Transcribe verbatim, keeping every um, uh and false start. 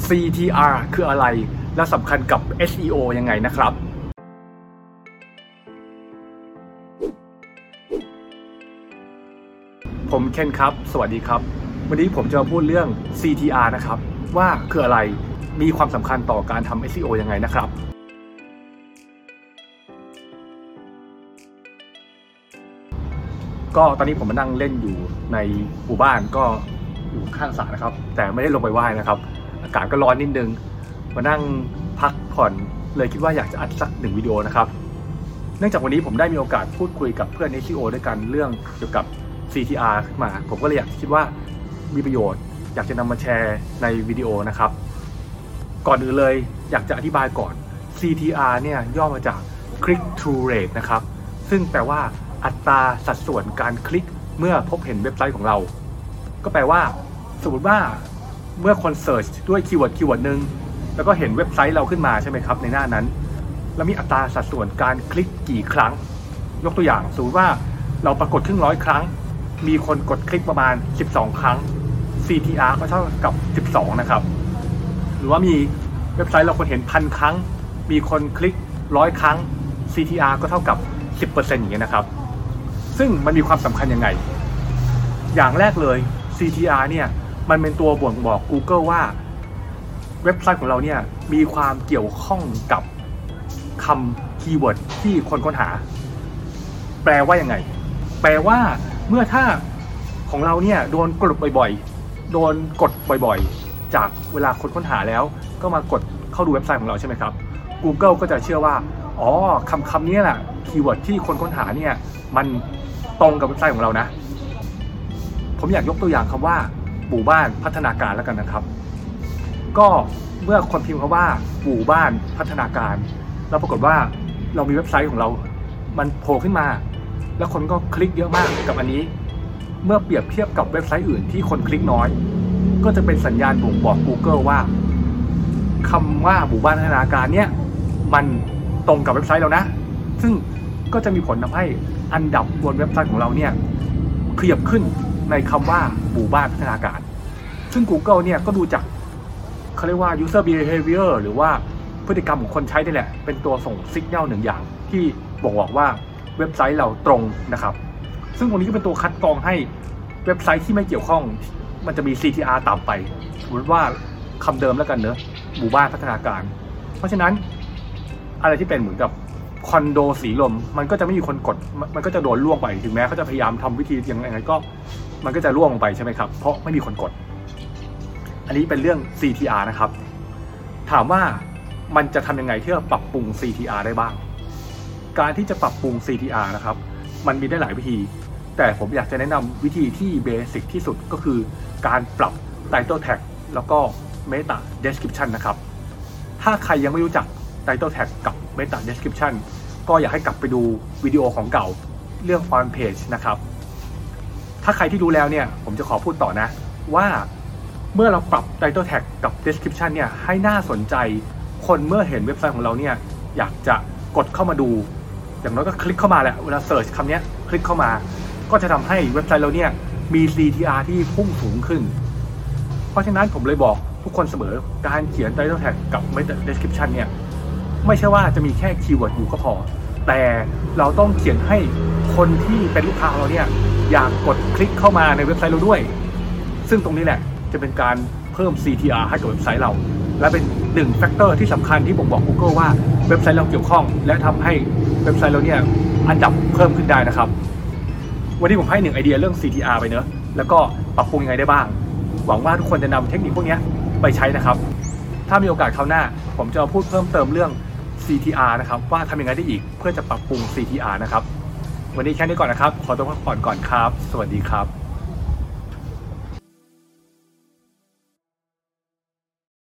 ซี ที อาร์ คืออะไรและสำคัญกับ เอส อี โอ ยังไงนะครับผมเคนครับสวัสดีครับวันนี้ผมจะมาพูดเรื่อง ซี ที อาร์ นะครับว่าคืออะไรมีความสำคัญต่อการทำ เอส อี โอ ยังไงนะครับก็ตอนนี้ผมมานั่งเล่นอยู่ในหมู่บ้านก็อยู่ข้างสระนะครับแต่ไม่ได้ลงไปว่ายนะครับอากาศก็ร้อนนิดนึงมานั่งพักผ่อนเลยคิดว่าอยากจะอัดสักหนึ่งวิดีโอนะครับเนื่องจากวันนี้ผมได้มีโอกาสพูดคุยกับเพื่อน เอส อี โอ ด้วยกันเรื่องเกี่ยวกับ ซี ที อาร์ ขึ้นมาผมก็เลยอยากคิดว่ามีประโยชน์อยากจะนำมาแชร์ในวิดีโอนะครับก่อนอื่นเลยอยากจะอธิบายก่อน ซี ที อาร์ เนี่ยย่อมาจาก Click Through Rate นะครับซึ่งแปลว่าอัตราสัดส่วนการคลิกเมื่อพบเห็นเว็บไซต์ของเราก็แปลว่าสมมติว่าเมื่อคนเสิร์ชด้วยคีย์เวิร์ดคีย์เวิร์ดหนึ่งแล้วก็เห็นเว็บไซต์เราขึ้นมาใช่ไหมครับในหน้านั้นแล้วมีอัตราสัดส่วนการคลิกกี่ครั้งยกตัวอย่างสมมติว่าเราปรากฏครึ่งร้อยครั้งมีคนกดคลิกประมาณสิบสองครั้ง ซี ที อาร์ ก็เท่ากับสิบสองนะครับหรือว่ามีเว็บไซต์เราคนเห็นพันครั้งมีคนคลิกร้อยครั้ง ซี ที อาร์ ก็เท่ากับ สิบเปอร์เซ็นต์ อย่างเงี้ยนะครับซึ่งมันมีความสำคัญยังไงอย่างแรกเลย ซี ที อาร์ เนี่ยมันเป็นตัวบ่งบอก Google ว่าเว็บไซต์ของเราเนี่ยมีความเกี่ยวข้องกับคำคีย์เวิร์ดที่คนค้นหาแปลว่ายังไงแปลว่าเมื่อถ้าของเราเนี่ยโดนกดบ่อยๆโดนกดบ่อยๆจากเวลาคนค้นหาแล้วก็มากดเข้าดูเว็บไซต์ของเราใช่ไหมครับ Google ก็จะเชื่อว่าอ๋อคำคำนี้แหละคีย์เวิร์ดที่คนค้นหาเนี่ยมันตรงกับเว็บไซต์ของเรานะผมอยากยกตัวอย่างคำว่าหมู่บ้านพัฒนาการแล้วกันนะครับก็เมื่อคนพิมพ์คำว่าหมู่บ้านพัฒนาการแล้วปรากฏว่าเรามีเว็บไซต์ของเรามันโผล่ขึ้นมาแล้วคนก็คลิกเยอะมากกับอันนี้เมื่อเปรียบเทียบกับเว็บไซต์อื่นที่คนคลิกน้อยก็จะเป็นสัญญาณบ่งบอก Google ว่าคำว่าหมู่บ้านพัฒนาการเนี่ยมันตรงกับเว็บไซต์เรานะซึ่งก็จะมีผลทำให้อันดับบนเว็บไซต์ของเราเนี่ยขยับขึ้นในคำว่าหมู่บ้านพัฒนาการซึ่ง Google เนี่ยก็ดูจากเขาเรียกว่า user behavior หรือว่าพฤติกรรมของคนใช้นี่แหละเป็นตัวส่งสัญญาณหนึ่งอย่างที่บอกบอกว่าเว็บไซต์เราตรงนะครับซึ่งตรงนี้ก็เป็นตัวคัดกรองให้เว็บไซต์ที่ไม่เกี่ยวข้องมันจะมี ซี ที อาร์ ต่ำไปสมมติว่าคำเดิมแล้วกันเนอะหมู่บ้านพัฒนาการเพราะฉะนั้นอะไรที่เป็นเหมือนกับคอนโดสีลมมันก็จะไม่มีคนกดมันก็จะโดนล่วงไปถึงแม้เขาจะพยายามทำวิธียังไงก็มันก็จะล่วงลงไปใช่ไหมครับเพราะไม่มีคนกดอันนี้เป็นเรื่อง ซี ที อาร์ นะครับถามว่ามันจะทำยังไงที่จะปรับปรุง ซี ที อาร์ ได้บ้างการที่จะปรับปรุง ซี ที อาร์ นะครับมันมีได้หลายวิธีแต่ผมอยากจะแนะนำวิธีที่เบสิกที่สุดก็คือการปรับ Title Tag แล้วก็ Meta Description นะครับถ้าใครยังไม่รู้จัก Title Tag กับ Meta Description ก็อยากให้กลับไปดูวิดีโอของเก่าเรื่อง On Page นะครับถ้าใครที่ดูแล้วเนี่ยผมจะขอพูดต่อนะว่าเมื่อเราปรับ Title Tag กับ Description เนี่ยให้น่าสนใจคนเมื่อเห็นเว็บไซต์ของเราเนี่ยอยากจะกดเข้ามาดูอย่างน้อยก็คลิกเข้ามาแหละเวลาเสิร์ชคำนี้คลิกเข้ามาก็จะทำให้เว็บไซต์เราเนี่ยมี ซี ที อาร์ ที่พุ่งสูงขึ้นเพราะฉะนั้นผมเลยบอกทุกคนเสมอการเขียน Title Tag กับ Meta Description เนี่ยไม่ใช่ว่าจะมีแค่คีย์เวิร์ดอยู่ก็พอแต่เราต้องเขียนให้คนที่เป็นลูกค้าของเราเนี่ยอยากกดคลิกเข้ามาในเว็บไซต์เราด้วยซึ่งตรงนี้แหละจะเป็นการเพิ่ม ซี ที อาร์ ให้กับเว็บไซต์เราและเป็นหนึ่งแฟกเตอร์ที่สำคัญที่บ่งบอก Google ว่าเว็บไซต์เราเกี่ยวข้องและทำให้เว็บไซต์เราเนี่ยอันดับเพิ่มขึ้นได้นะครับวันนี้ผมให้หนึ่งไอเดียเรื่อง ซี ที อาร์ ไปเนอะแล้วก็ปรับปรุงยังไงได้บ้างหวังว่าทุกคนจะนำเทคนิคพวกนี้ไปใช้นะครับถ้ามีโอกาสคราวหน้าผมจะมาพูดเพิ่มเติมเรื่อง ซี ที อาร์ นะครับว่าทำยังไงได้อีกเพื่อจะปรับปรุง ซี ที อาร์ นะครับวันนี้แค่นี้ก่อนนะครับขอตัวพักผ่อนก่อนครับสวัสดีครับ